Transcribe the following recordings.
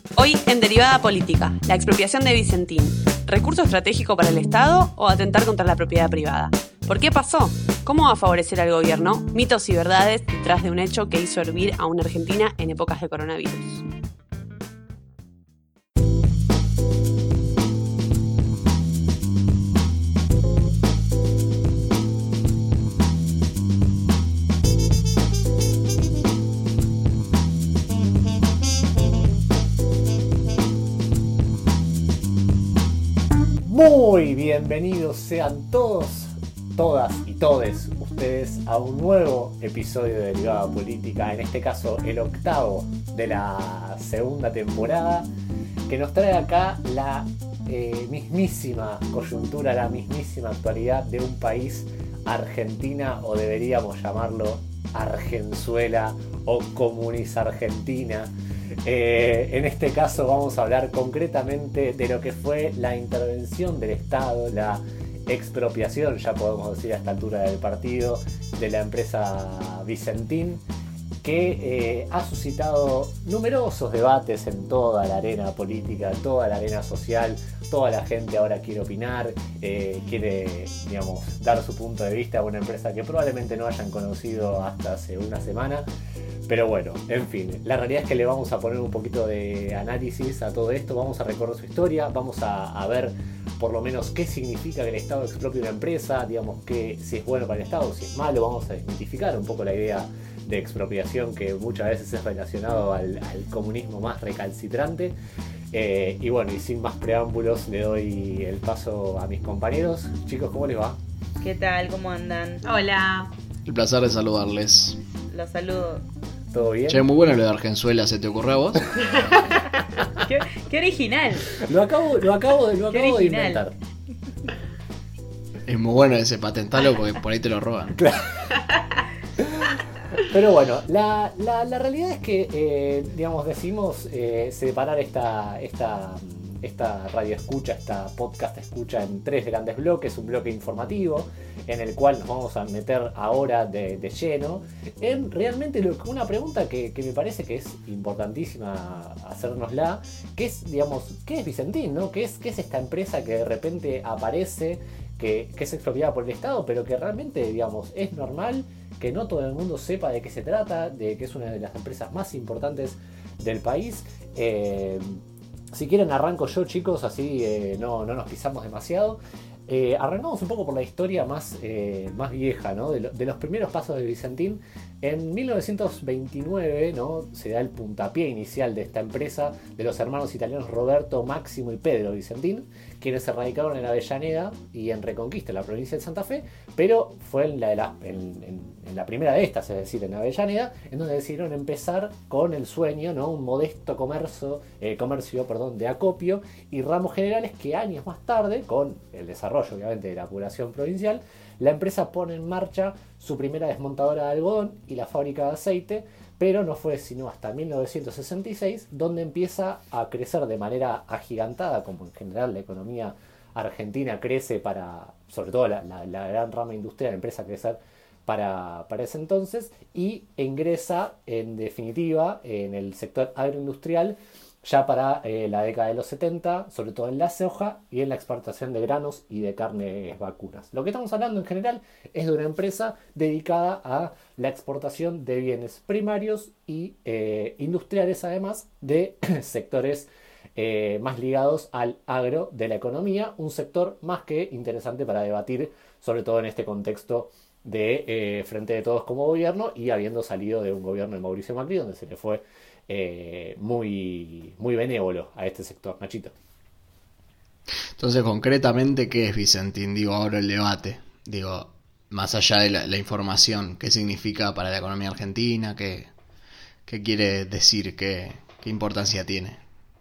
Hoy en Derivada Política, la expropiación de Vicentín. ¿Recurso estratégico para el Estado o atentar contra la propiedad privada? ¿Por qué pasó? ¿Cómo va a favorecer al gobierno? Mitos y verdades detrás de un hecho que hizo hervir a una Argentina en épocas de coronavirus. Muy bienvenidos sean todos, todas y todes ustedes a un nuevo episodio de Derivada Política, en este caso el octavo de la segunda temporada, que nos trae acá la mismísima coyuntura, la mismísima actualidad de un país, Argentina, o deberíamos llamarlo Argenzuela o Comunis Argentina. En este caso vamos a hablar concretamente de lo que fue la intervención del Estado, la expropiación, ya podemos decir a esta altura del partido, de la empresa Vicentín, que ha suscitado numerosos debates en toda la arena política, toda la arena social. Toda la gente ahora quiere opinar, quiere, digamos, dar su punto de vista a una empresa que probablemente no hayan conocido hasta hace una semana. Pero bueno, en fin, la realidad es que le vamos a poner un poquito de análisis a todo esto, vamos a recorrer su historia, vamos a ver por lo menos qué significa que el Estado expropie una empresa, digamos, que si es bueno para el Estado, si es malo. Vamos a desmitificar un poco la idea de expropiación que muchas veces es relacionado al comunismo más recalcitrante. Y bueno, y sin más preámbulos, le doy el paso a mis compañeros. Chicos, ¿cómo les va? ¿Qué tal? ¿Cómo andan? Hola. El placer de saludarles. Los saludo. ¿Todo bien? Che, muy bueno lo de Argenzuela, ¿se te ocurrió a vos? ¿Qué original? Lo acabo de inventar. Es muy bueno ese, patentalo porque por ahí te lo roban. Pero bueno, la realidad es que, digamos, decidimos separar esta radio escucha, esta podcast escucha en tres grandes bloques. Un bloque informativo en el cual nos vamos a meter ahora de lleno en realmente una pregunta que me parece que es importantísima hacérnosla, que es, digamos, ¿qué es Vicentín, no? ¿Qué es esta empresa que de repente aparece, que es expropiada por el Estado, pero que realmente, digamos, es normal que no todo el mundo sepa de qué se trata, de que es una de las empresas más importantes del país? Si quieren arranco yo, chicos, así no nos pisamos demasiado. Arrancamos un poco por la historia más vieja, ¿no? De los primeros pasos de Vicentín. En 1929, ¿no?, se da el puntapié inicial de esta empresa de los hermanos italianos Roberto, Máximo y Pedro Vicentín, quienes se radicaron en Avellaneda y en Reconquista, en la provincia de Santa Fe, pero fue en la primera de estas, es decir, en Avellaneda, en donde decidieron empezar con el sueño, ¿no?, un modesto comercio de acopio y ramos generales, que años más tarde, con el desarrollo obviamente de la población provincial, la empresa pone en marcha su primera desmontadora de algodón y la fábrica de aceite, pero no fue sino hasta 1966 donde empieza a crecer de manera agigantada, como en general la economía argentina crece sobre todo la gran rama industrial empieza a crecer para ese entonces, y ingresa en definitiva en el sector agroindustrial ya para la década de los 70, sobre todo en la soja y en la exportación de granos y de carnes vacunas. Lo que estamos hablando en general es de una empresa dedicada a la exportación de bienes primarios y industriales, además de sectores más ligados al agro de la economía, un sector más que interesante para debatir, sobre todo en este contexto de Frente de Todos como gobierno, y habiendo salido de un gobierno de Mauricio Macri donde se le fue muy benévolo a este sector. Nachito. Entonces, concretamente, ¿qué es Vicentín? Digo, ahora el debate. Digo, más allá de la información, ¿qué significa para la economía argentina? ¿Qué quiere decir? ¿Qué importancia tiene?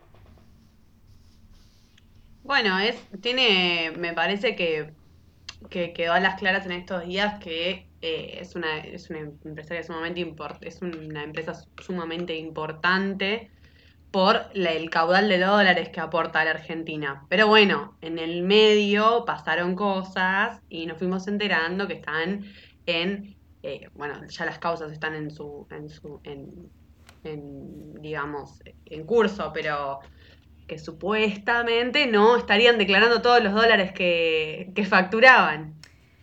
Bueno, me parece que quedó a las claras en estos días que es una empresaria es una empresa sumamente importante por el caudal de dólares que aporta a la Argentina. Pero bueno, en el medio pasaron cosas y nos fuimos enterando que están bueno, ya las causas están digamos, en curso, pero que supuestamente no estarían declarando todos los dólares que facturaban.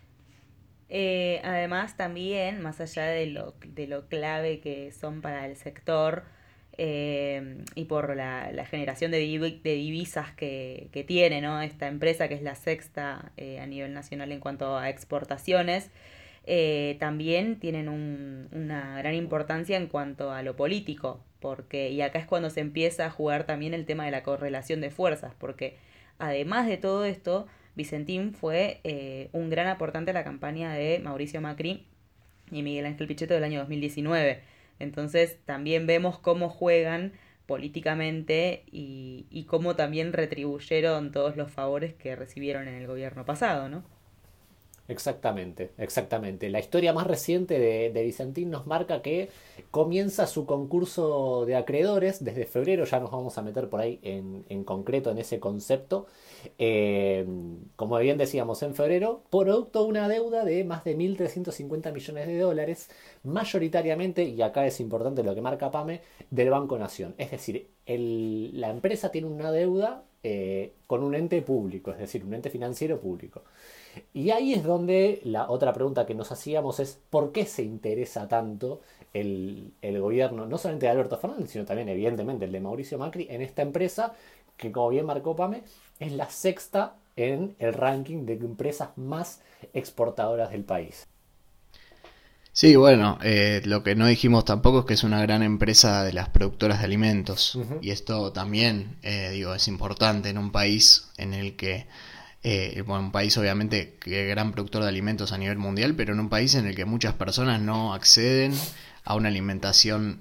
Además, también, más allá de lo clave que son para el sector y por la generación de divisas que tiene, ¿no? Esta empresa, que es la sexta a nivel nacional en cuanto a exportaciones, también tienen una gran importancia en cuanto a lo político, porque, y acá es cuando se empieza a jugar también el tema de la correlación de fuerzas, porque además de todo esto, Vicentín fue un gran aportante a la campaña de Mauricio Macri y Miguel Ángel Pichetto del año 2019. Entonces también vemos cómo juegan políticamente y cómo también retribuyeron todos los favores que recibieron en el gobierno pasado, ¿no? Exactamente, exactamente. La historia más reciente de Vicentín nos marca que comienza su concurso de acreedores desde febrero, ya nos vamos a meter por ahí en concreto en ese concepto. Eh, Como bien decíamos, en febrero, producto de una deuda de más de 1.350 millones de dólares, mayoritariamente, y acá es importante lo que marca PAME, del Banco Nación. Es decir, la empresa tiene una deuda con un ente público, es decir, un ente financiero público. Y ahí es donde la otra pregunta que nos hacíamos es ¿por qué se interesa tanto el gobierno, no solamente de Alberto Fernández, sino también evidentemente el de Mauricio Macri, en esta empresa que, como bien marcó Pame, es la sexta en el ranking de empresas más exportadoras del país? Sí, bueno, lo que no dijimos tampoco es que es una gran empresa de las productoras de alimentos. Ujú. Y esto también, digo, es importante en un país en el que, bueno, un país obviamente que es gran productor de alimentos a nivel mundial, pero en un país en el que muchas personas no acceden a una alimentación,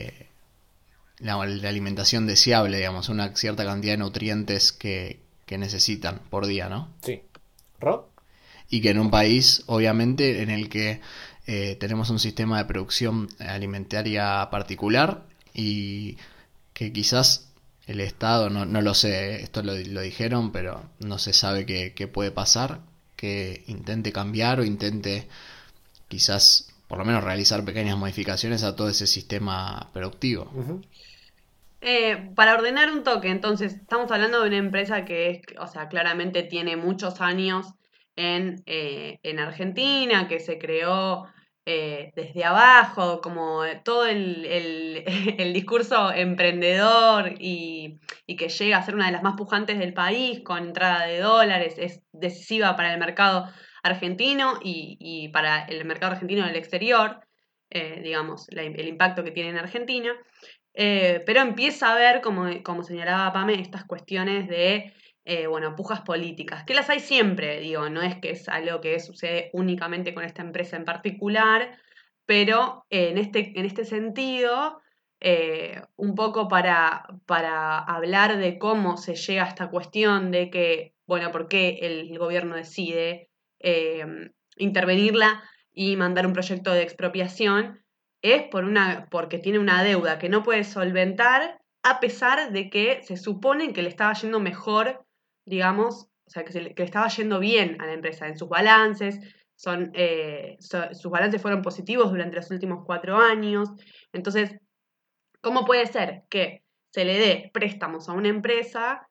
la alimentación deseable, digamos, una cierta cantidad de nutrientes que necesitan por día, ¿no? Sí. ¿Rob? Y que en un país, obviamente, en el que tenemos un sistema de producción alimentaria particular y que quizás el Estado, no lo sé, esto lo dijeron, pero no se sabe qué puede pasar, que intente cambiar o intente quizás por lo menos realizar pequeñas modificaciones a todo ese sistema productivo. Ujú. Para ordenar un toque, entonces, estamos hablando de una empresa que es, o sea, claramente tiene muchos años en Argentina, que se creó desde abajo, como todo el discurso emprendedor y que llega a ser una de las más pujantes del país con entrada de dólares, es decisiva para el mercado argentino y para el mercado argentino en el exterior, digamos, el impacto que tiene en Argentina. Pero empieza a ver, como señalaba Pame, estas cuestiones de, bueno, pujas políticas, que las hay siempre, digo, no es que es algo que sucede únicamente con esta empresa en particular, pero en este sentido, un poco para hablar de cómo se llega a esta cuestión de que, bueno, por qué el gobierno decide eh, intervenirla y mandar un proyecto de expropiación es porque tiene una deuda que no puede solventar, a pesar de que se supone que le estaba yendo mejor, digamos, o sea, que le estaba yendo bien a la empresa en sus balances. Sus balances fueron positivos durante los últimos 4 años. Entonces, ¿cómo puede ser que se le dé préstamos a una empresa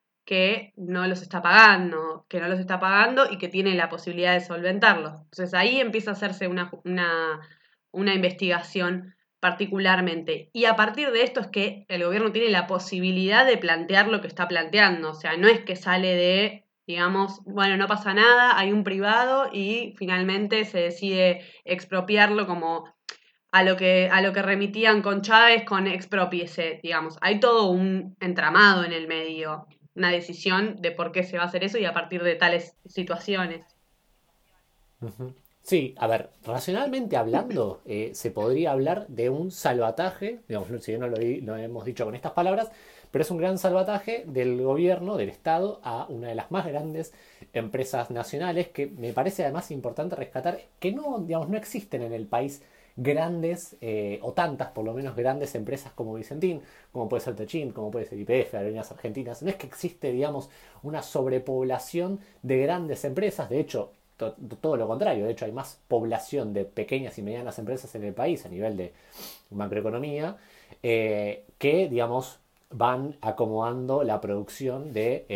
que no los está pagando y que tiene la posibilidad de solventarlos? Entonces ahí empieza a hacerse una investigación particularmente. Y a partir de esto es que el gobierno tiene la posibilidad de plantear lo que está planteando. O sea, no es que sale de, digamos, bueno, no pasa nada, hay un privado y finalmente se decide expropiarlo como a lo que remitían con Chávez con expropiese, digamos. Hay todo un entramado en el medio, una decisión de por qué se va a hacer eso y a partir de tales situaciones. Ujú. Sí, a ver, racionalmente hablando, se podría hablar de un salvataje, digamos, si bien no lo hemos dicho con estas palabras, pero es un gran salvataje del gobierno, del Estado, a una de las más grandes empresas nacionales, que me parece además importante rescatar que no, digamos, no existen en el país grandes, o tantas por lo menos grandes empresas como Vicentín, como puede ser Techint, como puede ser YPF, Aerolíneas Argentinas. No es que existe, digamos, una sobrepoblación de grandes empresas. De hecho, todo lo contrario. De hecho, hay más población de pequeñas y medianas empresas en el país a nivel de macroeconomía que, digamos, van acomodando la producción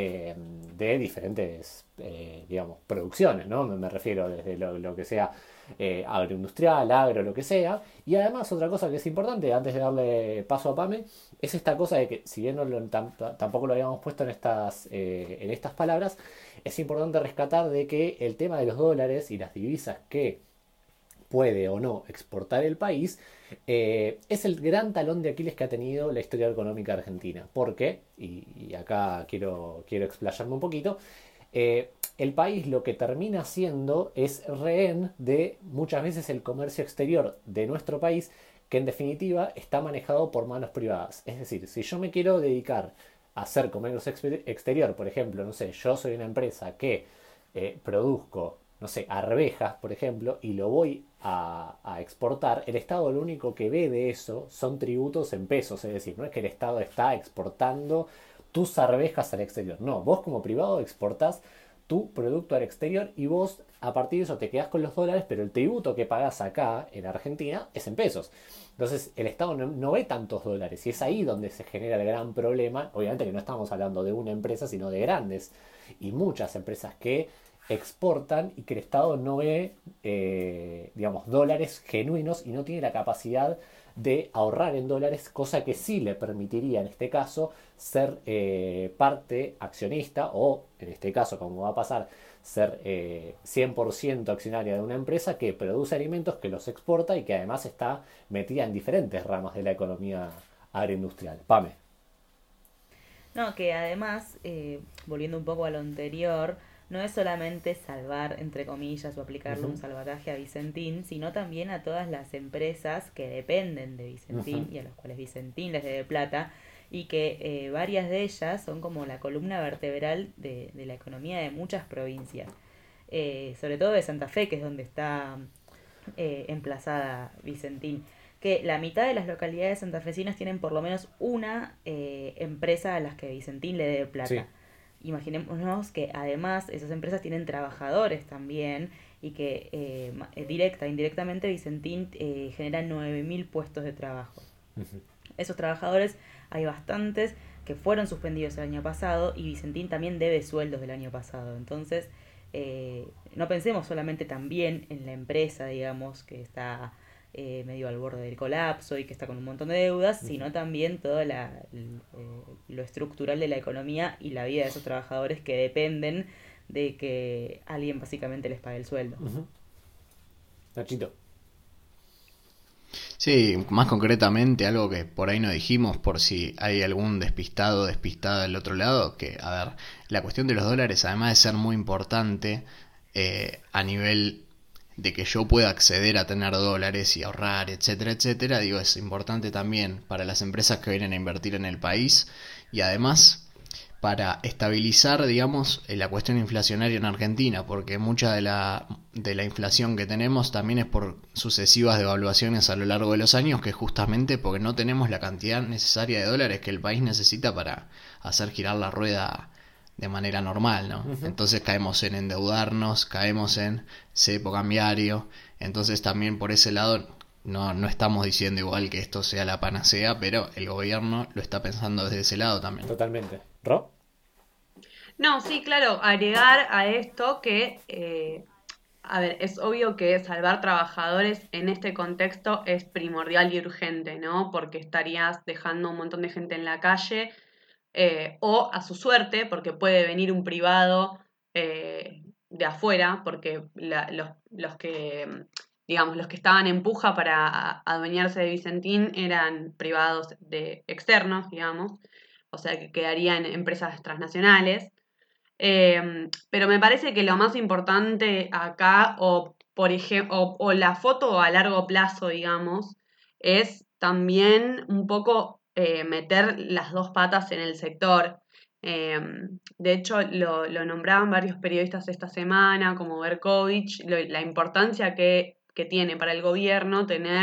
de diferentes, digamos, producciones, ¿no? Me refiero desde lo que sea agroindustrial, agro, lo que sea. Y además otra cosa que es importante, antes de darle paso a Pame, es esta cosa de que, si bien tampoco lo habíamos puesto en estas palabras, es importante rescatar de que el tema de los dólares y las divisas que puede o no exportar el país, es el gran talón de Aquiles que ha tenido la historia económica argentina. Porque, y acá quiero explayarme un poquito, el país lo que termina siendo es rehén de muchas veces el comercio exterior de nuestro país, que en definitiva está manejado por manos privadas. Es decir, si yo me quiero dedicar a hacer comercio exterior, por ejemplo, no sé, yo soy una empresa que produzco, no sé, arvejas, por ejemplo, y lo voy a exportar, el Estado lo único que ve de eso son tributos en pesos. Es decir, no es que el Estado está exportando tus arvejas al exterior. No, vos como privado exportás tu producto al exterior y vos a partir de eso te quedás con los dólares, pero el tributo que pagás acá en Argentina es en pesos. Entonces el Estado no ve tantos dólares y es ahí donde se genera el gran problema. Obviamente que no estamos hablando de una empresa, sino de grandes y muchas empresas que exportan y que el Estado no ve, digamos, dólares genuinos y no tiene la capacidad de ahorrar en dólares, cosa que sí le permitiría en este caso ser parte accionista o, en este caso, como va a pasar, ser 100% accionaria de una empresa que produce alimentos, que los exporta y que además está metida en diferentes ramas de la economía agroindustrial. Pame. No, que además, volviendo un poco a lo anterior, no es solamente salvar, entre comillas, o aplicarle un Uh-huh. salvataje a Vicentín, sino también a todas las empresas que dependen de Vicentín Uh-huh. y a las cuales Vicentín les debe plata, y que varias de ellas son como la columna vertebral de la economía de muchas provincias. Sobre todo de Santa Fe, que es donde está emplazada Vicentín, que la mitad de las localidades santafesinas tienen por lo menos una empresa a las que Vicentín le debe plata. Sí. Imaginémonos que además esas empresas tienen trabajadores también y que directa e indirectamente Vicentín genera 9.000 puestos de trabajo. Uh-huh. Esos trabajadores hay bastantes que fueron suspendidos el año pasado y Vicentín también debe sueldos del año pasado. Entonces, no pensemos solamente también en la empresa, digamos, que está medio al borde del colapso y que está con un montón de deudas, Uh-huh. sino también todo lo estructural de la economía y la vida de esos trabajadores que dependen de que alguien básicamente les pague el sueldo. Uh-huh. Nachito. Sí, más concretamente, algo que por ahí no dijimos, por si hay algún despistado o despistada del otro lado, que, a ver, la cuestión de los dólares, además de ser muy importante a nivel de que yo pueda acceder a tener dólares y ahorrar, etcétera, etcétera, digo, es importante también para las empresas que vienen a invertir en el país y además para estabilizar, digamos, la cuestión inflacionaria en Argentina, porque mucha de la inflación que tenemos también es por sucesivas devaluaciones a lo largo de los años, que justamente porque no tenemos la cantidad necesaria de dólares que el país necesita para hacer girar la rueda de manera normal, ¿no? Uh-huh. Entonces caemos en endeudarnos, caemos en cepo cambiario, entonces también por ese lado no estamos diciendo igual que esto sea la panacea, pero el gobierno lo está pensando desde ese lado también. Totalmente. ¿Ro? No, sí, claro, agregar a esto que, a ver, es obvio que salvar trabajadores en este contexto es primordial y urgente, ¿no? Porque estarías dejando un montón de gente en la calle o a su suerte, porque puede venir un privado de afuera, porque los que, digamos, los que estaban en puja para adueñarse de Vicentín eran privados de externos, digamos, o sea que quedarían empresas transnacionales. Pero me parece que lo más importante acá, o por ejemplo, o la foto a largo plazo, digamos, es también un poco meter las dos patas en el sector. Eh, de hecho, lo nombraban varios periodistas esta semana, como Berkovich, la importancia que tiene para el gobierno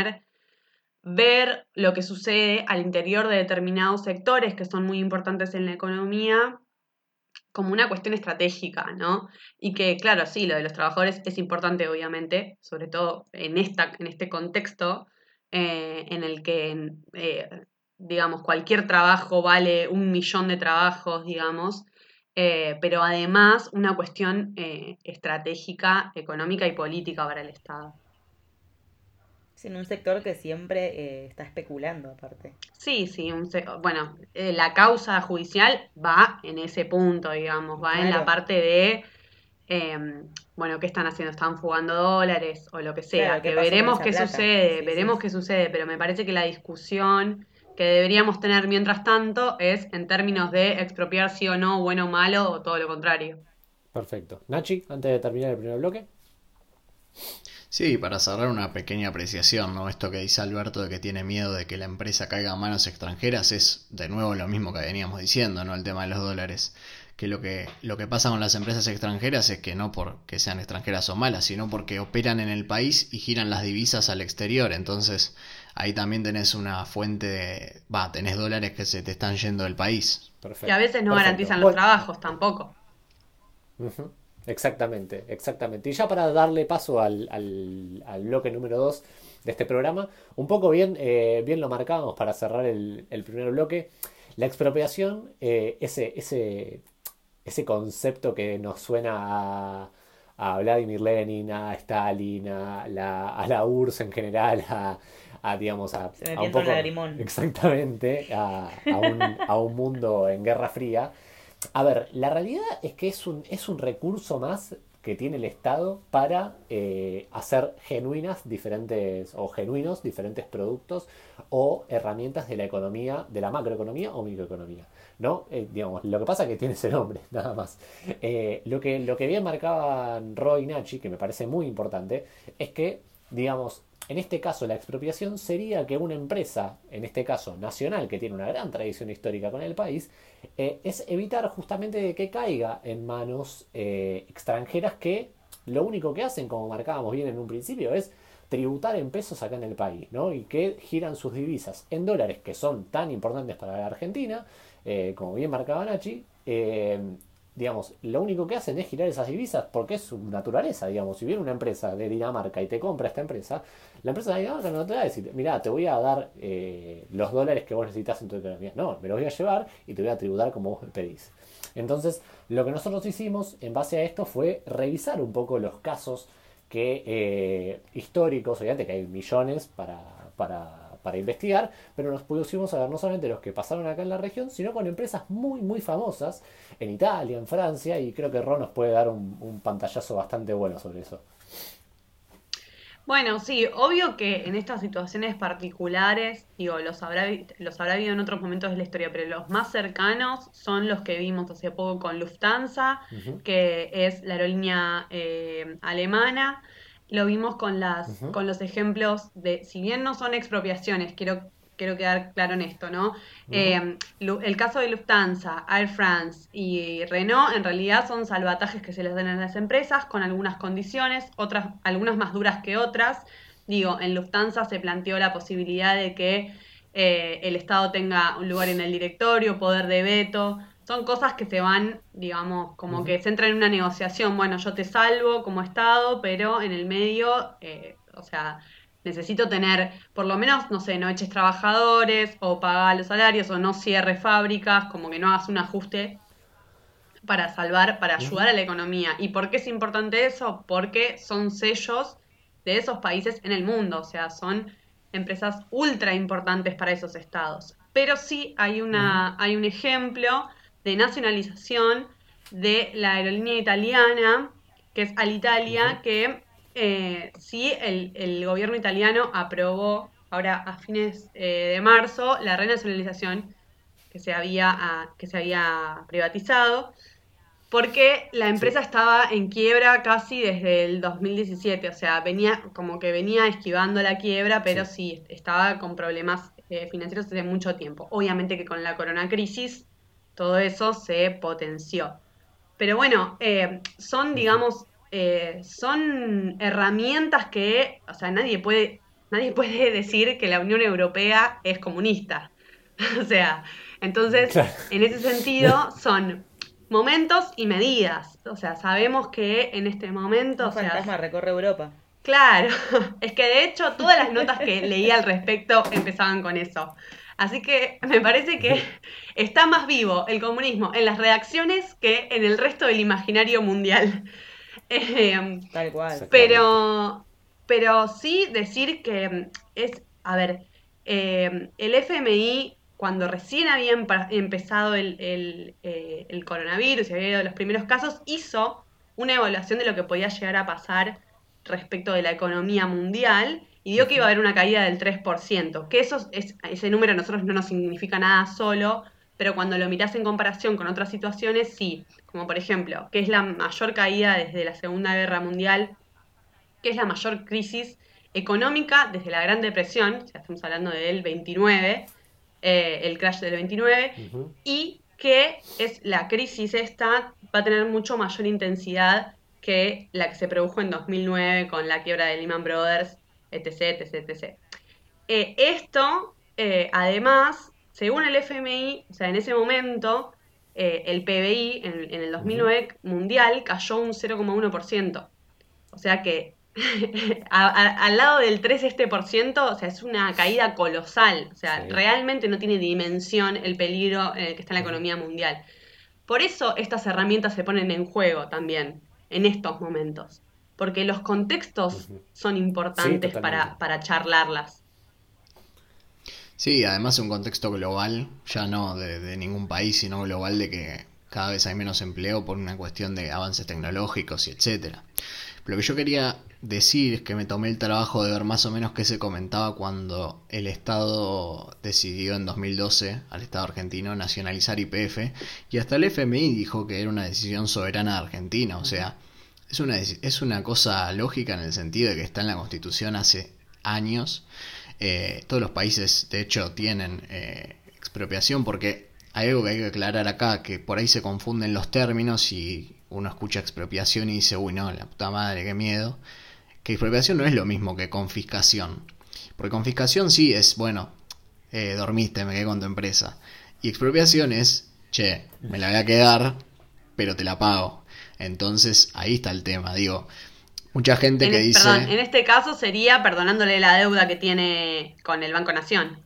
ver lo que sucede al interior de determinados sectores que son muy importantes en la economía como una cuestión estratégica, ¿no? Y que, claro, sí, lo de los trabajadores es importante, obviamente, sobre todo en este contexto en el que, digamos, cualquier trabajo vale 1 millón de trabajos, digamos, pero además una cuestión estratégica, económica y política para el Estado. Es en un sector que siempre está especulando, aparte. Sí, sí, bueno, la causa judicial va en ese punto, digamos, va en la Claro, parte de, eh, bueno, ¿qué están haciendo? ¿Están fugando dólares o lo que sea? claro, ¿qué Que pasó con esa plata? Sí, sí. veremos qué sucede, pero me parece que la discusión que deberíamos tener mientras tanto es en términos de expropiar sí o no, bueno o malo, o todo lo contrario. Perfecto. Nachi, antes de terminar el primer bloque. Sí, para cerrar una pequeña apreciación, ¿no? Esto que dice Alberto de que tiene miedo de que la empresa caiga a manos extranjeras es de nuevo lo mismo que veníamos diciendo, ¿no? El tema de los dólares. Que lo que pasa con las empresas extranjeras es que no porque sean extranjeras o malas, sino porque operan en el país y giran las divisas al exterior. Entonces ahí también tenés una fuente de... tenés dólares que se te están yendo del país. Que a Perfecto. veces no Perfecto. garantizan los Bueno, trabajos tampoco. ujú, exactamente, exactamente. Y ya para darle paso al bloque número 2 de este programa, un poco bien lo marcábamos para cerrar el primer bloque. La expropiación, ese concepto que nos suena a Vladimir Lenin, a Stalin, a la URSS en general, digamos, Se me a un piensa un poco, lagrimón. exactamente, a un mundo en Guerra Fría. A ver, la realidad es que es un recurso más que tiene el Estado para hacer genuinos diferentes productos o herramientas de la economía, de la macroeconomía o microeconomía. ¿No? Digamos, lo que pasa es que tiene ese nombre, nada más. Lo que bien marcaban Roy y Nachi, que me parece muy importante, es que, digamos, en este caso la expropiación sería que una empresa, en este caso nacional, que tiene una gran tradición histórica con el país, es evitar justamente de que caiga en manos extranjeras que lo único que hacen, como marcábamos bien en un principio, es tributar en pesos acá en el país, ¿no? Y que giran sus divisas en dólares que son tan importantes para la Argentina, como bien marcaba Nachi, digamos, lo único que hacen es girar esas divisas porque es su naturaleza, digamos. Si viene una empresa de Dinamarca y te compra esta empresa, la empresa de Dinamarca no te va a decir, mira, te voy a dar los dólares que vos necesitas en tu economía. No, me los voy a llevar y te voy a tributar como vos pedís. Entonces, lo que nosotros hicimos en base a esto fue revisar un poco los casos históricos, obviamente que hay millones para investigar, pero nos pusimos a ver no solamente los que pasaron acá en la región, sino con empresas muy, muy famosas en Italia, en Francia, y creo que Ron nos puede dar un pantallazo bastante bueno sobre eso. Bueno, sí, obvio que en estas situaciones particulares, digo, los habrá habido en otros momentos de la historia, pero los más cercanos son los que vimos hace poco con Lufthansa, Ujú, que es la aerolínea alemana. Lo vimos ujú, con los ejemplos de, si bien no son expropiaciones, quiero quedar claro en esto, ¿no? ujú, El caso de Lufthansa, Air France y Renault en realidad son salvatajes que se les dan a las empresas con algunas condiciones, otras, algunas más duras que otras. Digo, en Lufthansa se planteó la posibilidad de que el Estado tenga un lugar en el directorio, poder de veto. Son cosas que se van, digamos, como ujú, que se entra en una negociación. Bueno, yo te salvo como Estado, pero en el medio, o sea, necesito tener, por lo menos, no sé, no eches trabajadores o pagar los salarios o no cierres fábricas, como que no hagas un ajuste para salvar, para ayudar ujú, a la economía. ¿Y por qué es importante eso? Porque son sellos de esos países en el mundo, o sea, son empresas ultra importantes para esos estados. Pero sí ujú, hay un ejemplo de nacionalización de la aerolínea italiana, que es ujú, Alitalia, que sí el gobierno italiano aprobó ahora a fines de marzo la renacionalización que se había privatizado porque la empresa sí, estaba en quiebra casi desde el 2017, o sea, venía esquivando la quiebra, pero sí. sí, estaba con problemas financieros desde mucho tiempo. Obviamente que con la coronacrisis todo eso se potenció. Pero bueno, Ujú, son herramientas que, o sea, nadie puede decir que la Unión Europea es comunista. O sea, entonces, claro. en ese sentido, son momentos y medidas. O sea, sabemos que en este momento, Un o sea, fantasma recorre Europa. claro, es que de hecho todas las notas que leí al respecto empezaban con eso. Así que me parece que está más vivo el comunismo en las redacciones que en el resto del imaginario mundial. Eh, Tal cual. Exactamente. pero sí decir que a ver, el FMI, cuando recién había empezado el coronavirus y había habido los primeros casos, hizo una evaluación de lo que podía llegar a pasar respecto de la economía mundial y dio que iba a Ujú. haber una caída del 3%, que ese número a nosotros no nos significa nada solo, pero cuando lo mirás en comparación con otras situaciones, sí, como por ejemplo, que es la mayor caída desde la Segunda Guerra Mundial, que es la mayor crisis económica desde la Gran Depresión, ya estamos hablando del 29, el crash del 29, Ujú. y que es la crisis esta va a tener mucho mayor intensidad que la que se produjo en 2009 con la quiebra de Lehman Brothers, etc., etc., etc. Esto, además, según el FMI, o sea, en ese momento, el PBI en el Ujú. 2009 mundial cayó un 0,1%. O sea que al lado del 3 este por ciento, o sea, es una caída colosal. O sea, Sí. realmente no tiene dimensión el peligro en el que está la Ujú. economía mundial. Por eso estas herramientas se ponen en juego también en estos momentos. Porque los contextos Ujú. son Sí, importantes totalmente. para charlarlas. Sí, además un contexto global, ya no de ningún país, sino global de que cada vez hay menos empleo por una cuestión de avances tecnológicos y etcétera. Pero lo que yo quería decir es que me tomé el trabajo de ver más o menos qué se comentaba cuando el Estado decidió en 2012 al Estado argentino nacionalizar YPF y hasta el FMI dijo que era una decisión soberana de Argentina, o Ujú. sea, es una cosa lógica en el sentido de que está en la Constitución hace años. Todos los países, de hecho, tienen expropiación porque hay algo que hay que aclarar acá, que por ahí se confunden los términos y uno escucha expropiación y dice, uy, no, la puta madre, qué miedo. Que expropiación no es lo mismo que confiscación. Porque confiscación sí es, bueno, dormiste, me quedé con tu empresa. Y expropiación es, che, me la voy a quedar, pero te la pago. Entonces ahí está el tema, digo, mucha gente que Perdón, dice, en este caso sería perdonándole la deuda que tiene con el Banco Nación.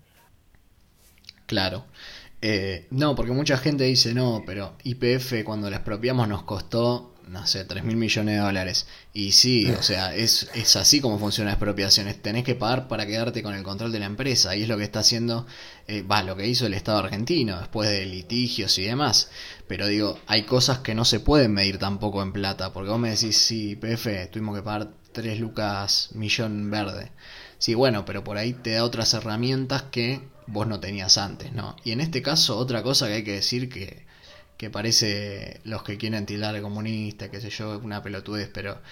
claro. No, porque mucha gente dice, no, pero YPF cuando la expropiamos nos costó, no sé, 3.000 millones de dólares. Y sí, o sea, es así como funciona la expropiación. Tenés que pagar para quedarte con el control de la empresa. Y es lo que está haciendo, lo que hizo el Estado argentino después de litigios y demás. Pero digo, hay cosas que no se pueden medir tampoco en plata. Porque vos me decís, sí, YPF, tuvimos que pagar 3 lucas millón verde. Sí, bueno, pero por ahí te da otras herramientas que vos no tenías antes, ¿no? Y en este caso, otra cosa que hay que decir que parece los que quieren tildar de comunista, qué sé yo, una pelotudez, pero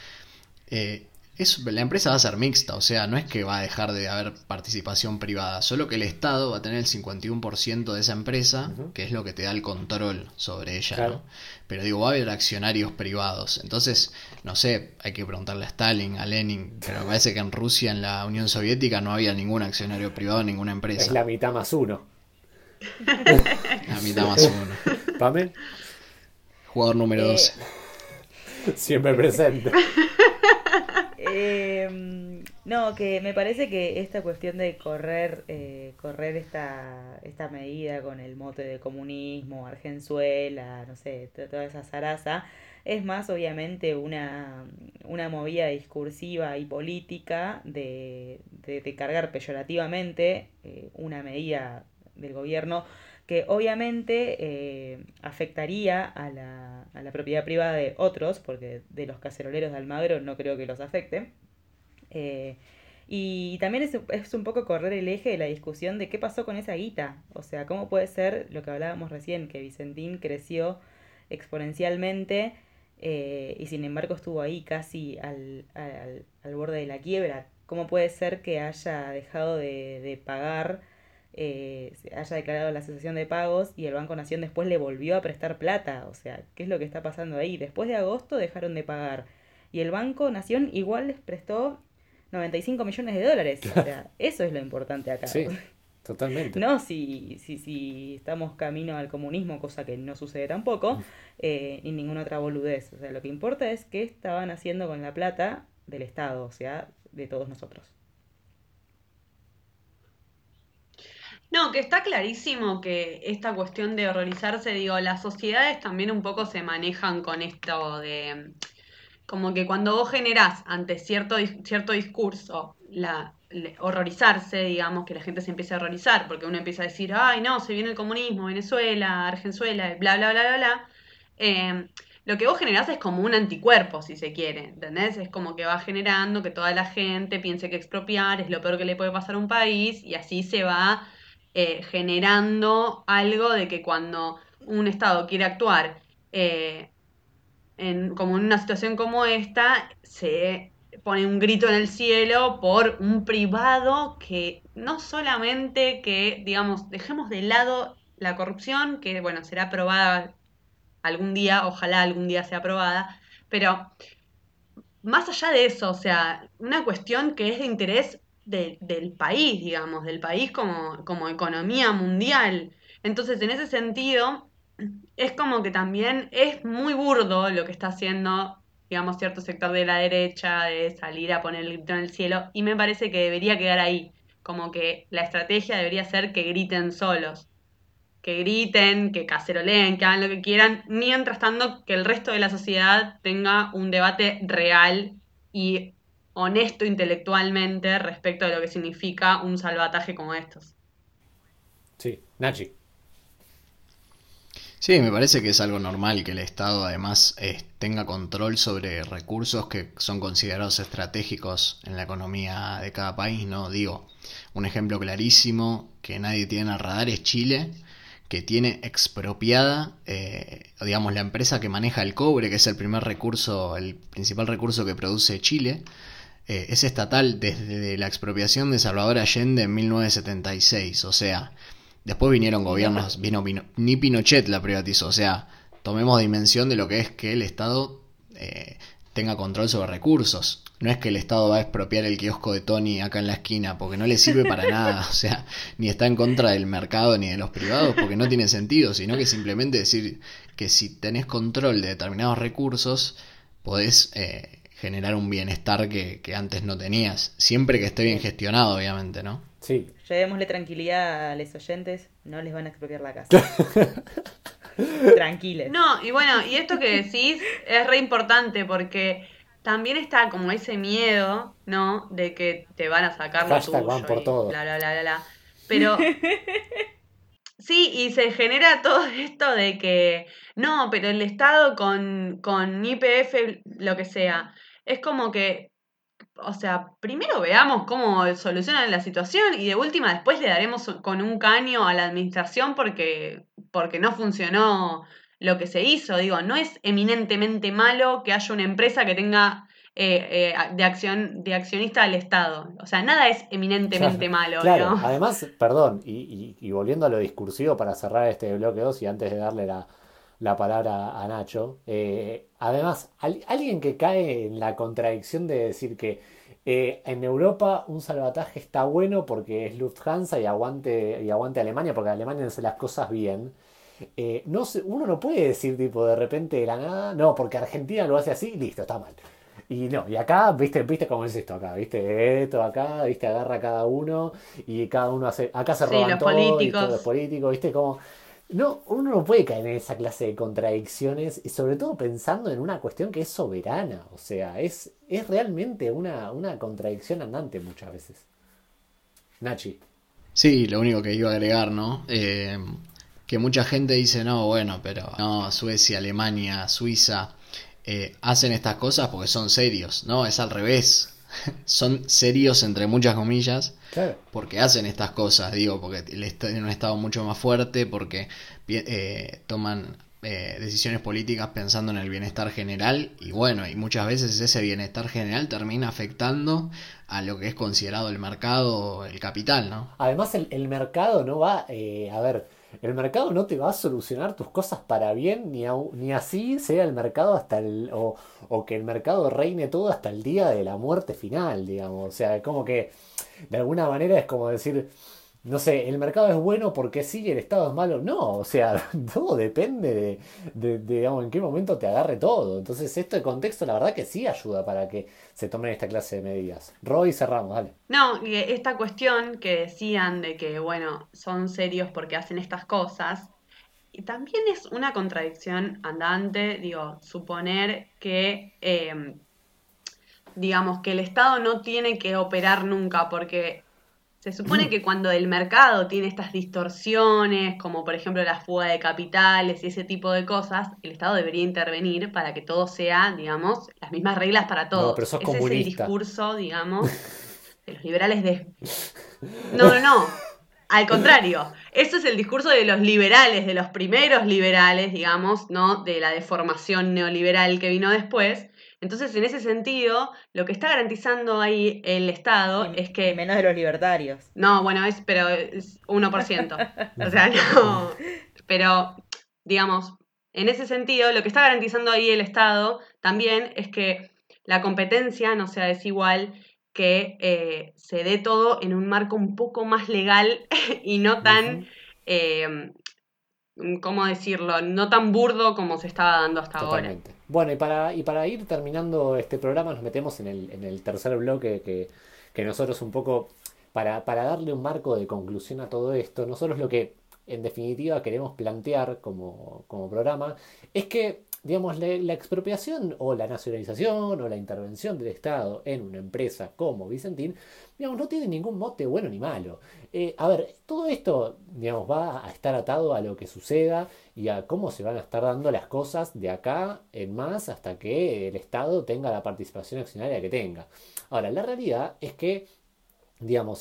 la empresa va a ser mixta, o sea, no es que va a dejar de haber participación privada, solo que el Estado va a tener el 51% de esa empresa, Ujú. que es lo que te da el control sobre ella, Claro. ¿no? Pero digo, va a haber accionarios privados, entonces, no sé, hay que preguntarle a Stalin, a Lenin, pero me parece que en Rusia, en la Unión Soviética, no había ningún accionario privado, ninguna Es empresa. la mitad más uno. La mitad más uno. ¿Pame? Jugador número Eh, 12. Siempre presente. no, que me parece que esta cuestión de correr esta medida con el mote de comunismo, Argenzuela, no sé, toda esa zaraza, es más obviamente una movida discursiva y política de cargar peyorativamente una medida del gobierno que obviamente afectaría a la propiedad privada de otros, porque de los caceroleros de Almagro no creo que los afecte. Eh, y también es un poco correr el eje de la discusión de qué pasó con esa guita. O sea, cómo puede ser lo que hablábamos recién, que Vicentín creció exponencialmente y sin embargo estuvo ahí casi al borde de la quiebra. ¿Cómo puede ser que haya dejado de pagar, se haya declarado la cesación de pagos y el Banco Nación después le volvió a prestar plata? O sea, ¿qué es lo que está pasando ahí? Después de agosto dejaron de pagar y el Banco Nación igual les prestó 95 millones de dólares. O sea, eso es lo importante acá. Sí, Totalmente. No si estamos camino al comunismo, cosa que no sucede tampoco, ni ninguna otra boludez. O sea, lo que importa es qué estaban haciendo con la plata del Estado, o sea, de todos nosotros. No, que está clarísimo que esta cuestión de horrorizarse, digo, las sociedades también un poco se manejan con esto de, como que cuando vos generás ante cierto discurso horrorizarse, digamos, que la gente se empiece a horrorizar, porque uno empieza a decir, ay, no, se viene el comunismo, Venezuela, Argenzuela, bla, bla, bla, bla, bla. Lo que vos generás es como un anticuerpo, si se quiere, ¿entendés? Es como que va generando que toda la gente piense que expropiar es lo peor que le puede pasar a un país y así se va generando algo de que cuando un Estado quiere actuar eh, como en una situación como esta, se pone un grito en el cielo por un privado que no solamente que, digamos, dejemos de lado la corrupción, que bueno, será aprobada algún día, ojalá algún día sea aprobada, pero más allá de eso, o sea, una cuestión que es de interés del país, digamos, del país como economía mundial. Entonces, en ese sentido, es como que también es muy burdo lo que está haciendo, digamos, cierto sector de la derecha, de salir a poner el grito en el cielo, y me parece que debería quedar ahí, como que la estrategia debería ser que griten solos, que griten, que caceroleen, que hagan lo que quieran, mientras tanto que el resto de la sociedad tenga un debate real y honesto intelectualmente respecto de lo que significa un salvataje como estos. Sí, Nachi. Sí, me parece que es algo normal que el Estado además tenga control sobre recursos que son considerados estratégicos en la economía de cada país, ¿no? Digo, un ejemplo clarísimo que nadie tiene al radar es Chile, que tiene expropiada, digamos, la empresa que maneja el cobre, que es el primer recurso, el principal recurso que produce Chile, es estatal desde la expropiación de Salvador Allende en 1976, o sea, después vinieron gobiernos, ni Pinochet la privatizó, o sea, tomemos dimensión de lo que es que el Estado tenga control sobre recursos. No es que el Estado va a expropiar el kiosco de Tony acá en la esquina, porque no le sirve para nada, o sea, ni está en contra del mercado ni de los privados, porque no tiene sentido, sino que simplemente decir que si tenés control de determinados recursos, podés generar un bienestar que antes no tenías, siempre que esté bien gestionado, obviamente, ¿no? Sí. Llevémosle tranquilidad a los oyentes, no les van a expropiar la casa. Tranquiles. No, y bueno, y esto que decís es re importante porque también está como ese miedo, ¿no? De que te van a sacar lo Hashtag van tuyo por y todo. bla, bla, bla, bla, bla. Pero sí, y se genera todo esto de que, no, pero el Estado con YPF, lo que sea, es como que, o sea, primero veamos cómo solucionan la situación y de última después le daremos con un caño a la administración porque no funcionó lo que se hizo. Digo, no es eminentemente malo que haya una empresa que tenga de accionista al Estado. O sea, nada es Claro, eminentemente malo, claro. digamos. Además, perdón, y volviendo a lo discursivo para cerrar este bloque 2 y antes de darle la palabra a Nacho, además, alguien que cae en la contradicción de decir que en Europa un salvataje está bueno porque es Lufthansa y aguante Alemania, porque Alemania hace las cosas bien. No uno no puede decir tipo de repente de la nada, no, porque Argentina lo hace así, listo, está mal. Y no, y acá, viste cómo es esto acá, viste, esto acá, viste, agarra cada uno y cada uno hace, acá se Sí, roban los todo y todo es políticos. político, viste, como, no, uno no puede caer en esa clase de contradicciones y sobre todo pensando en una cuestión que es soberana, o sea, es realmente una contradicción andante muchas veces. Nachi. Sí, lo único que iba a agregar, ¿no? Que mucha gente dice, no, bueno, pero no, Suecia, Alemania, Suiza hacen estas cosas porque son serios, ¿no? Es al revés. Son serios, entre muchas comillas, Claro. porque hacen estas cosas, digo, porque tienen un estado mucho más fuerte, porque toman decisiones políticas pensando en el bienestar general y bueno, y muchas veces ese bienestar general termina afectando a lo que es considerado el mercado, el capital, ¿no? Además, el mercado no va, a ver, el mercado no te va a solucionar tus cosas para bien, ni así sea el mercado o que el mercado reine todo hasta el día de la muerte final, digamos. O sea, como que de alguna manera es como decir, no sé, el mercado es bueno porque sí y el Estado es malo. No, o sea, todo depende digamos, en qué momento te agarre todo. Entonces, este contexto, la verdad que sí ayuda para que se tomen esta clase de medidas. Roy, cerramos, dale. No, y esta cuestión que decían de que, bueno, son serios porque hacen estas cosas, y también es una contradicción andante, digo, suponer que, digamos, que el Estado no tiene que operar nunca, porque se supone que cuando el mercado tiene estas distorsiones, como por ejemplo la fuga de capitales y ese tipo de cosas, el Estado debería intervenir para que todo sea, digamos, las mismas reglas para No, pero todos. sos Ese es el comunista. discurso, digamos, de los liberales de... No, no, no. Al contrario, eso es el discurso de los liberales, de los primeros liberales, digamos, ¿no? De la deformación neoliberal que vino después. Entonces, en ese sentido, lo que está garantizando ahí el Estado es Y que menos de los libertarios. no, bueno, pero es 1%. O sea, no. Pero, digamos, en ese sentido, lo que está garantizando ahí el Estado también es que la competencia no sea desigual, que se dé todo en un marco un poco más legal y no tan, Ujú. eh, ¿cómo decirlo? No tan burdo como se estaba dando hasta ahora. Totalmente. Bueno, y para ir terminando este programa, nos metemos en el tercer bloque que nosotros un poco, para darle un marco de conclusión a todo esto, nosotros lo que en definitiva queremos plantear como programa es que, digamos, la expropiación o la nacionalización o la intervención del Estado en una empresa como Vicentín, digamos, no tiene ningún mote bueno ni malo. A ver, todo esto, digamos, va a estar atado a lo que suceda y a cómo se van a estar dando las cosas de acá en más hasta que el Estado tenga la participación accionaria que tenga. Ahora, la realidad es que, digamos,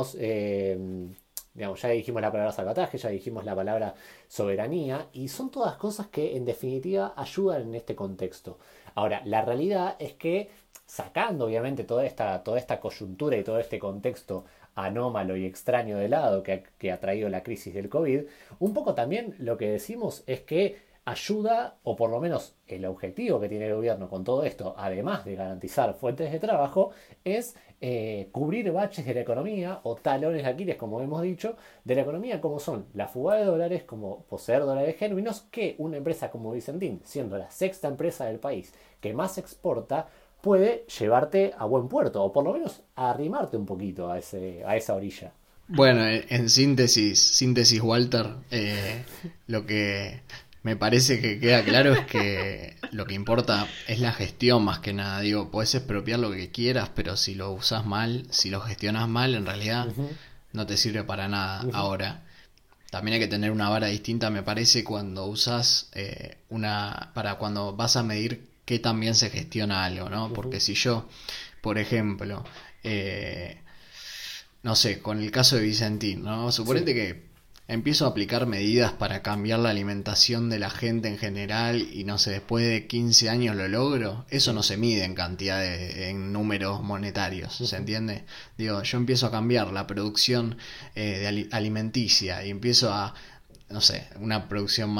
ya dijimos la palabra salvataje, ya dijimos la palabra soberanía, y son todas cosas que en definitiva ayudan en este contexto. Ahora, la realidad es que sacando obviamente toda esta coyuntura y todo este contexto anómalo y extraño de lado que ha traído la crisis del COVID, un poco también lo que decimos es que ayuda, o por lo menos el objetivo que tiene el gobierno con todo esto, además de garantizar fuentes de trabajo, es cubrir baches de la economía o talones de Aquiles, como hemos dicho, de la economía, como son la fuga de dólares, como poseer dólares genuinos, que una empresa como Vicentín, siendo la sexta empresa del país que más exporta, puede llevarte a buen puerto, o por lo menos a arrimarte un poquito a esa orilla. Bueno, en síntesis, Walter, lo que me parece que queda claro es que lo que importa es la gestión más que nada. Digo, puedes expropiar lo que quieras, pero si lo usas mal, si lo gestionas mal, en realidad Ujú, no te sirve para nada. ujú, Ahora, también hay que tener una vara distinta, me parece, cuando usas para cuando vas a medir qué también se gestiona algo, ¿no? Porque ujú, si yo, por ejemplo, eh, no sé, con el caso de Vicentín, ¿no? sí. Suponete que empiezo a aplicar medidas para cambiar la alimentación de la gente en general y no sé, después de 15 años lo logro, eso no Sí. se mide en cantidad en números monetarios, ¿se Ujú, entiende? Digo, yo empiezo a cambiar la producción alimenticia y empiezo a no sé, una producción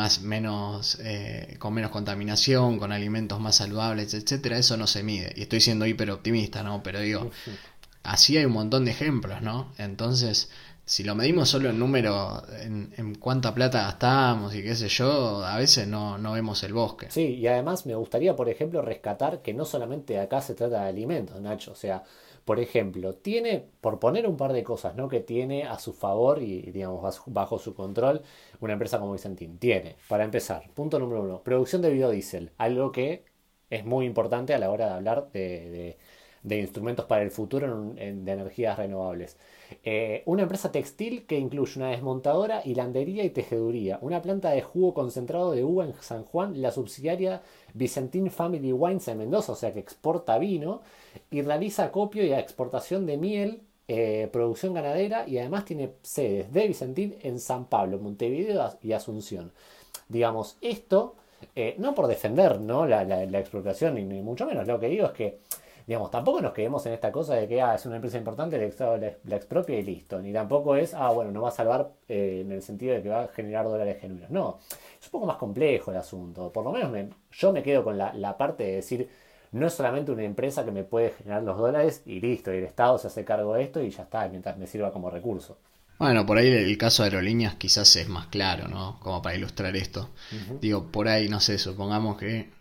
con menos contaminación, con alimentos más saludables, etcétera, eso no se mide. Y estoy siendo hiper optimista, ¿no? Pero digo, ujú. así hay un montón de ejemplos, ¿no? Entonces, si lo medimos solo en número, en cuánta plata gastamos y qué sé yo, a veces no vemos el bosque. Sí, y además me gustaría, por ejemplo, rescatar que no solamente acá se trata de alimentos, Nacho. O sea, por ejemplo, tiene, por poner un par de cosas, ¿no? Que tiene a su favor y, digamos, bajo su control una empresa como Vicentín. Tiene, para empezar, punto número uno, producción de biodiesel, algo que es muy importante a la hora de hablar de instrumentos para el futuro de energías renovables. Una empresa textil que incluye una desmontadora, hilandería y tejeduría. Una planta de jugo concentrado de uva en San Juan, la subsidiaria Vicentín Family Wines en Mendoza, o sea que exporta vino y realiza acopio y exportación de miel, producción ganadera y además tiene sedes de Vicentín en San Pablo, Montevideo y Asunción. Digamos, esto, no por defender, ¿no? la expropiación ni mucho menos, lo que digo es que digamos, tampoco nos quedemos en esta cosa de que es una empresa importante, el Estado la expropia y listo. Ni tampoco es, bueno, nos va a salvar en el sentido de que va a generar dólares genuinos. No, es un poco más complejo el asunto. Por lo menos yo me quedo con la parte de decir, no es solamente una empresa que me puede generar los dólares y listo, y el Estado se hace cargo de esto y ya está, mientras me sirva como recurso. Bueno, por ahí el caso de aerolíneas quizás es más claro, ¿no? Como para ilustrar esto. Digo, por ahí, no sé, supongamos que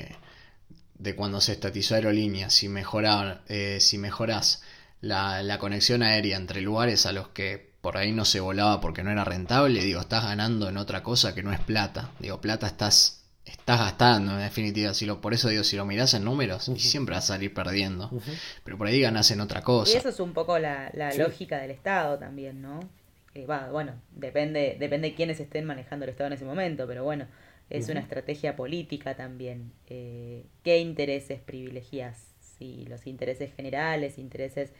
de cuando se estatizó aerolíneas, si mejoras la conexión aérea entre lugares a los que por ahí no se volaba porque no era rentable, digo, estás ganando en otra cosa que no es plata. Digo, plata estás gastando en definitiva. Por eso digo, si lo mirás en números, y siempre vas a salir perdiendo. Pero por ahí ganás en otra Y cosa. eso es un poco la Sí. lógica del Estado también, ¿no? Bueno, depende quiénes estén manejando el Estado en ese momento, pero bueno, es una estrategia política también. ¿Qué intereses privilegias? Si los intereses generales, intereses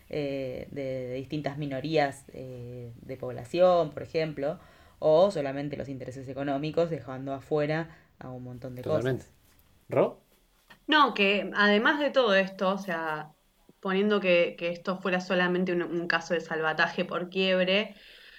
de distintas minorías de población, por ejemplo, o solamente los intereses económicos, dejando afuera a un montón de Totalmente. cosas. ¿Ro? No, que además de todo esto, o sea, poniendo que esto fuera solamente un caso de salvataje por quiebre,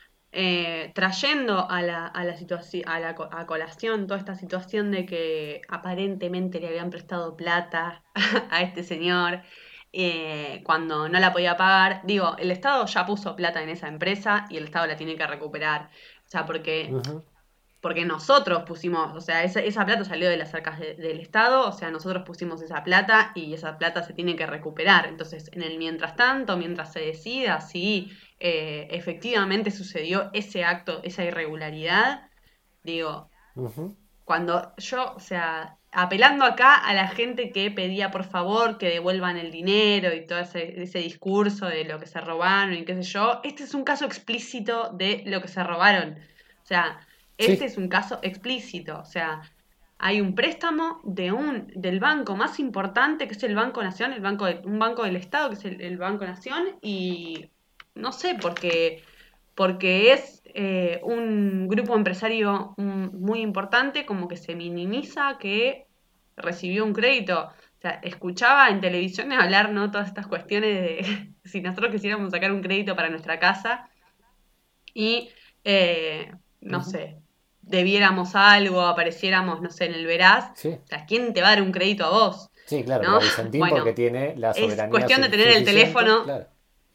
trayendo a la situación, a colación toda esta situación de que aparentemente le habían prestado plata a este señor cuando no la podía pagar. Digo, el Estado ya puso plata en esa empresa y el Estado la tiene que recuperar. O sea, Ujú. porque nosotros pusimos, o sea, esa plata salió de las arcas del Estado, o sea, nosotros pusimos esa plata y esa plata se tiene que recuperar. Entonces, en el mientras tanto, mientras se decida si efectivamente sucedió ese acto, esa irregularidad, digo, Ujú. cuando yo, o sea, apelando acá a la gente que pedía por favor que devuelvan el dinero y todo ese discurso de lo que se robaron y qué sé yo, este es un caso explícito de lo que se robaron. O sea, este Sí, es un caso explícito. O sea, hay un préstamo del banco más importante, que es el Banco Nación, un banco del Estado, que es el Banco Nación, y no sé, porque es un grupo empresario muy importante, como que se minimiza que recibió un crédito. O sea, escuchaba en televisión hablar, ¿no? Todas estas cuestiones de si nosotros quisiéramos sacar un crédito para nuestra casa y, no ujú. sé, debiéramos algo, apareciéramos, no sé, en el Veraz, Sí, o sea, ¿quién te va a dar un crédito a vos? sí, claro, pero ¿No? a Vicentín porque Bueno, tiene la es soberanía cuestión de tener el suficiente, teléfono. claro.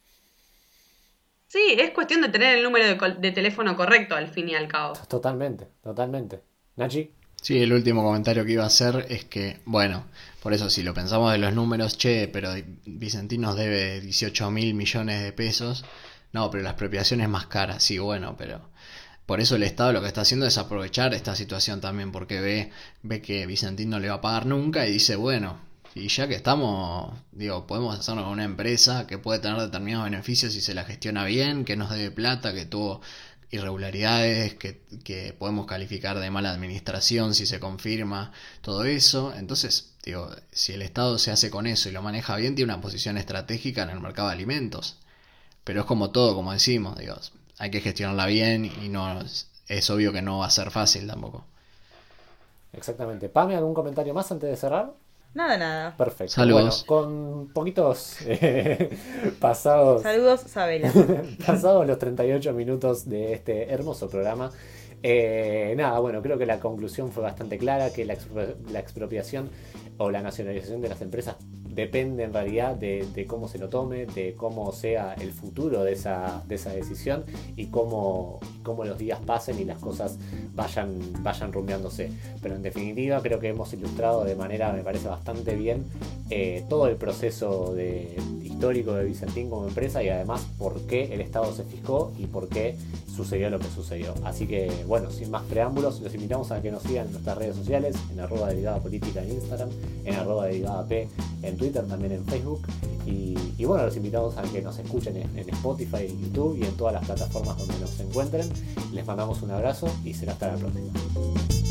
Sí, es cuestión de tener el número de teléfono correcto al fin y al cabo. Totalmente, totalmente. Nachi, Sí, el último comentario que iba a hacer es que, bueno, por eso si lo pensamos de los números, che, pero Vicentín nos debe 18.000 millones de pesos. No, pero la expropiación es más cara, sí, bueno, pero por eso el Estado lo que está haciendo es aprovechar esta situación también, porque ve que Vicentín no le va a pagar nunca y dice, bueno, y ya que estamos, digo, podemos hacerlo con una empresa que puede tener determinados beneficios si se la gestiona bien, que nos debe plata, que tuvo irregularidades que podemos calificar de mala administración si se confirma todo eso. Entonces, digo, si el Estado se hace con eso y lo maneja bien, tiene una posición estratégica en el mercado de alimentos. Pero es como todo, como decimos, digo, hay que gestionarla bien y no es obvio que no va a ser fácil tampoco. exactamente. Pame, ¿algún comentario más antes de cerrar? Nada, nada. Perfecto. Bueno, Saludos. con poquitos pasados, Saludos, Sabela. pasados los 38 minutos de este hermoso programa, nada, bueno, creo que la conclusión fue bastante clara, que la expropiación o la nacionalización de las empresas depende en realidad de cómo se lo tome, de cómo sea el futuro de esa decisión y cómo los días pasen y las cosas vayan rumbeándose. Pero en definitiva creo que hemos ilustrado de manera, me parece, bastante bien todo el proceso histórico de Vicentín como empresa y además por qué el Estado se fijó y por qué sucedió lo que sucedió. Así que bueno, sin más preámbulos, los invitamos a que nos sigan en nuestras redes sociales, en @derivadapolítica en Instagram, en @derivadap en Twitter, también en Facebook. Y bueno, los invitamos a que nos escuchen en Spotify, en YouTube y en todas las plataformas donde nos encuentren. Les mandamos un abrazo y será hasta la próxima.